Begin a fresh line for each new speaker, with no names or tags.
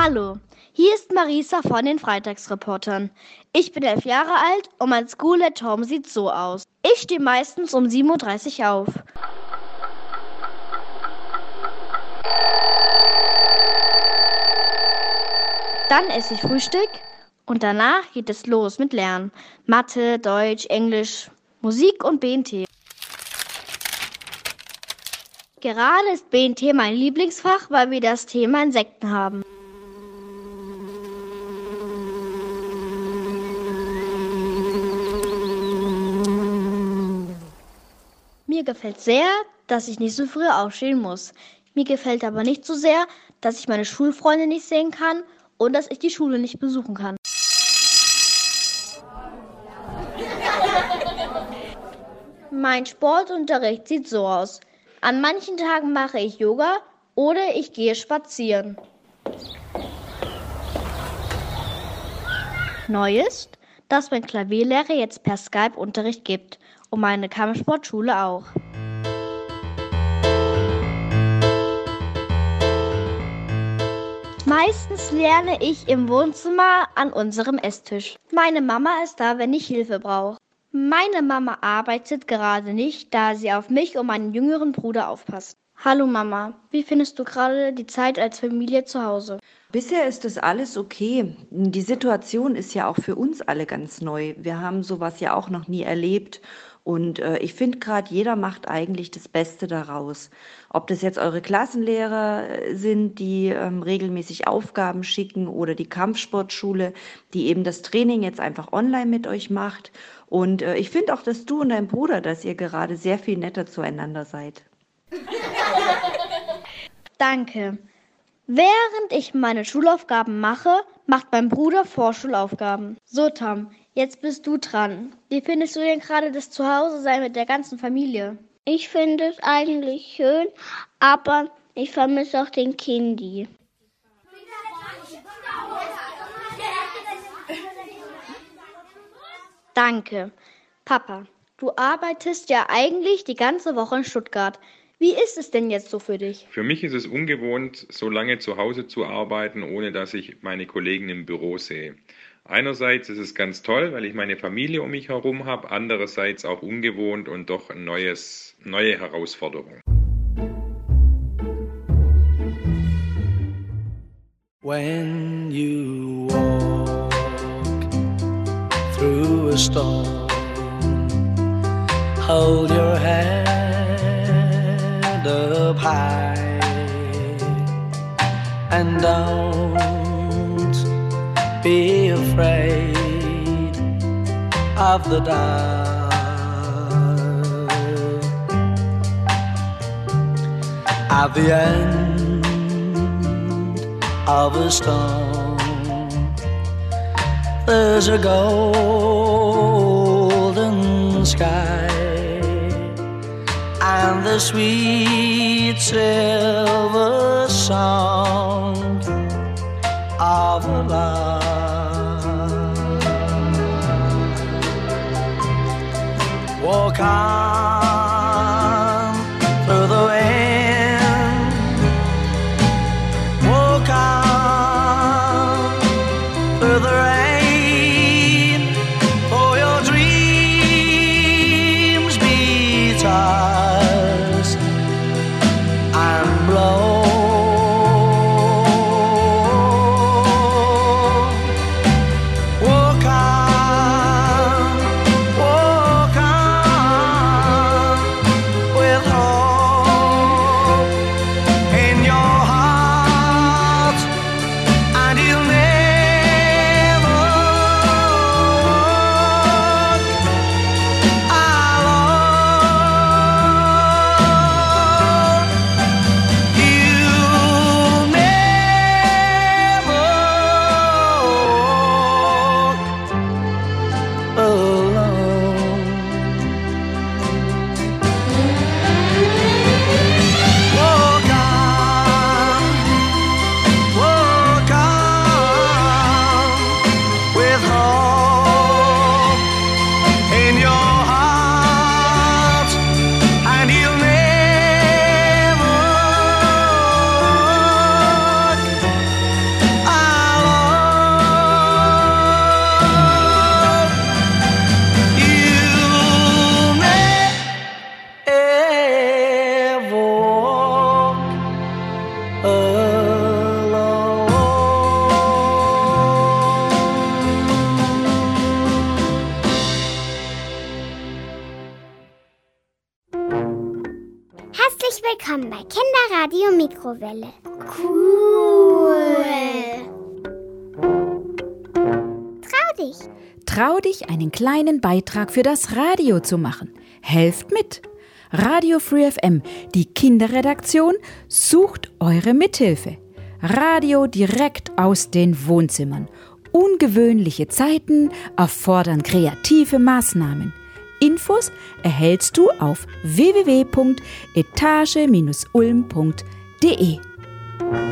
Hallo, hier ist Marisa von den Freitagsreportern. Ich bin 11 Jahre alt und mein School at Home sieht so aus. Ich stehe meistens um 7:30 Uhr auf. Dann esse ich Frühstück und danach geht es los mit Lernen. Mathe, Deutsch, Englisch, Musik und BNT. Gerade ist BNT mein Lieblingsfach, weil wir das Thema Insekten haben. Mir gefällt sehr, dass ich nicht so früh aufstehen muss. Mir gefällt aber nicht so sehr, dass ich meine Schulfreunde nicht sehen kann und dass ich die Schule nicht besuchen kann. Mein Sportunterricht sieht so aus. An manchen Tagen mache ich Yoga oder ich gehe spazieren. Neu ist, dass mein Klavierlehrer jetzt per Skype Unterricht gibt und meine Kampfsportschule auch. Meistens lerne ich im Wohnzimmer an unserem Esstisch. Meine Mama ist da, wenn ich Hilfe brauche. Meine Mama arbeitet gerade nicht, da sie auf mich und meinen jüngeren Bruder aufpasst. Hallo Mama, wie findest du gerade die Zeit als Familie zu Hause?
Bisher ist das alles okay. Die Situation ist ja auch für uns alle ganz neu. Wir haben sowas ja auch noch nie erlebt. Und ich finde gerade, jeder macht eigentlich das Beste daraus. Ob das jetzt eure Klassenlehrer sind, die regelmäßig Aufgaben schicken oder die Kampfsportschule, die eben das Training jetzt einfach online mit euch macht. Und ich finde auch, dass du und dein Bruder, dass ihr gerade sehr viel netter zueinander seid.
Danke. Während ich meine Schulaufgaben mache, macht mein Bruder Vorschulaufgaben. So, Tom, jetzt bist du dran. Wie findest du denn gerade das Zuhause-Sein mit der ganzen Familie?
Ich finde es eigentlich schön, aber ich vermisse auch den Kindi.
Danke. Papa, du arbeitest ja eigentlich die ganze Woche in Stuttgart. Wie ist es denn jetzt so für dich?
Für mich ist es ungewohnt, so lange zu Hause zu arbeiten, ohne dass ich meine Kollegen im Büro sehe. Einerseits ist es ganz toll, weil ich meine Familie um mich herum habe, andererseits auch ungewohnt und doch eine neue Herausforderung.
When you walk through a storm, hold your head up high and don't be afraid of the dark. At the end of a storm, there's a golden sky and the sweet silver sound of a lark. Walk on through the wind, walk on through the rain, for your dreams be tossed and blown.
willkommen bei Kinderradio Mikrowelle. Cool. Trau dich.
Trau dich, einen kleinen Beitrag für das Radio zu machen. Helft mit. Radio Free FM, die Kinderredaktion, sucht eure Mithilfe. Radio direkt aus den Wohnzimmern. Ungewöhnliche Zeiten erfordern kreative Maßnahmen. Infos erhältst du auf www.etage-ulm.de.